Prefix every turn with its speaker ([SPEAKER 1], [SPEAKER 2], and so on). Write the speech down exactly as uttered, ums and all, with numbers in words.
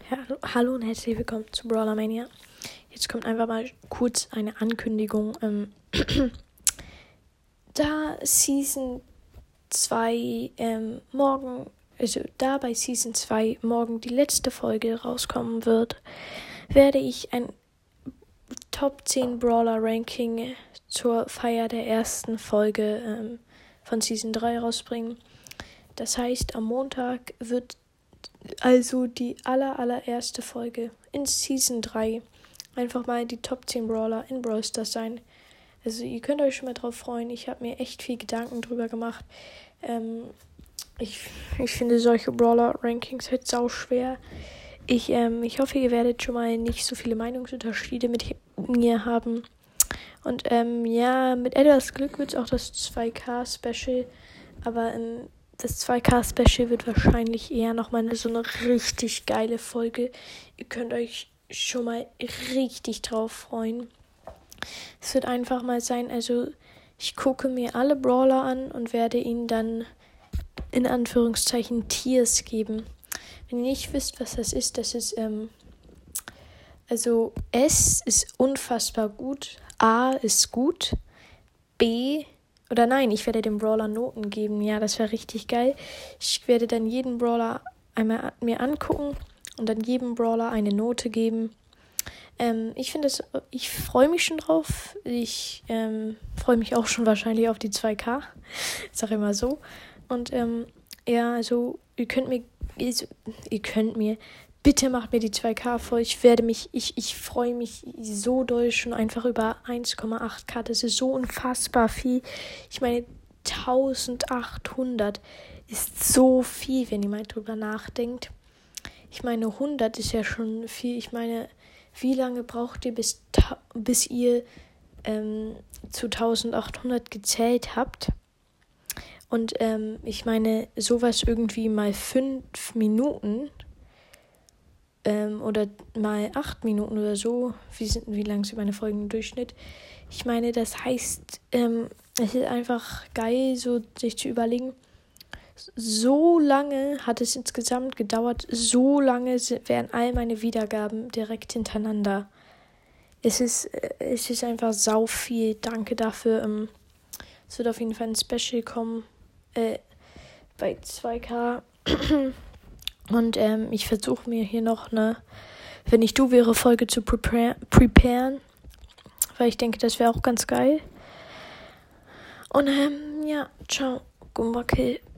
[SPEAKER 1] Ja, hallo und herzlich willkommen zu Brawler Mania. Jetzt kommt einfach mal kurz eine Ankündigung. Ähm, da Season zwei ähm, morgen, also da bei Season zwei morgen die letzte Folge rauskommen wird, werde ich ein Top zehn Brawler Ranking zur Feier der ersten Folge ähm, von Season drei rausbringen. Das heißt, am Montag wird also die aller, allererste Folge in Season drei einfach mal die Top zehn Brawler in Brawl Stars sein. Also ihr könnt euch schon mal drauf freuen. Ich habe mir echt viel Gedanken drüber gemacht. Ähm, ich, ich finde solche Brawler-Rankings halt sau schwer. Ich, ähm, ich hoffe, ihr werdet schon mal nicht so viele Meinungsunterschiede mit mir haben. Und ähm, ja, mit etwas Glück wird es auch das zwei K-Special. Aber ähm, das zwei K-Special wird wahrscheinlich eher nochmal so eine richtig geile Folge. Ihr könnt euch schon mal richtig drauf freuen. Es wird einfach mal sein, also ich gucke mir alle Brawler an und werde ihnen dann in Anführungszeichen Tiers geben. Wenn ihr nicht wisst, was das ist, das ist, ähm, also S ist unfassbar gut, A ist gut, B Oder nein, ich werde dem Brawler Noten geben. Ja, das wäre richtig geil. Ich werde dann jeden Brawler einmal mir angucken und dann jedem Brawler eine Note geben. Ähm, ich finde es, ich freue mich schon drauf. Ich ähm, freue mich auch schon wahrscheinlich auf die zwei K. Ich sage immer so. Und ähm, ja, also ihr könnt mir, ihr, ihr könnt mir, bitte macht mir die zwei K voll. Ich werde mich, ich, ich freue mich so doll schon einfach über eins Komma acht K. Das ist so unfassbar viel. Ich meine, eintausendachthundert ist so viel, wenn ihr mal drüber nachdenkt. Ich meine, hundert ist ja schon viel. Ich meine, wie lange braucht ihr, bis, bis ihr ähm, zu eintausendachthundert gezählt habt? Und ähm, ich meine, sowas irgendwie mal fünf Minuten ähm, oder mal acht Minuten oder so. Wie, sind, wie lang sind meine Folgen im Durchschnitt? Ich meine, das heißt, ähm, es ist einfach geil, so sich zu überlegen, so lange hat es insgesamt gedauert, so lange wären all meine Wiedergaben direkt hintereinander. Es ist, es ist einfach sau viel. Danke dafür. Ähm, es wird auf jeden Fall ein Special kommen äh, bei zwei K. Und ähm, ich versuche mir hier noch eine Wenn ich du wäre Folge zu prepare, preparen, weil ich denke, das wäre auch ganz geil. Und ähm, ja, ciao, Gumba Kill.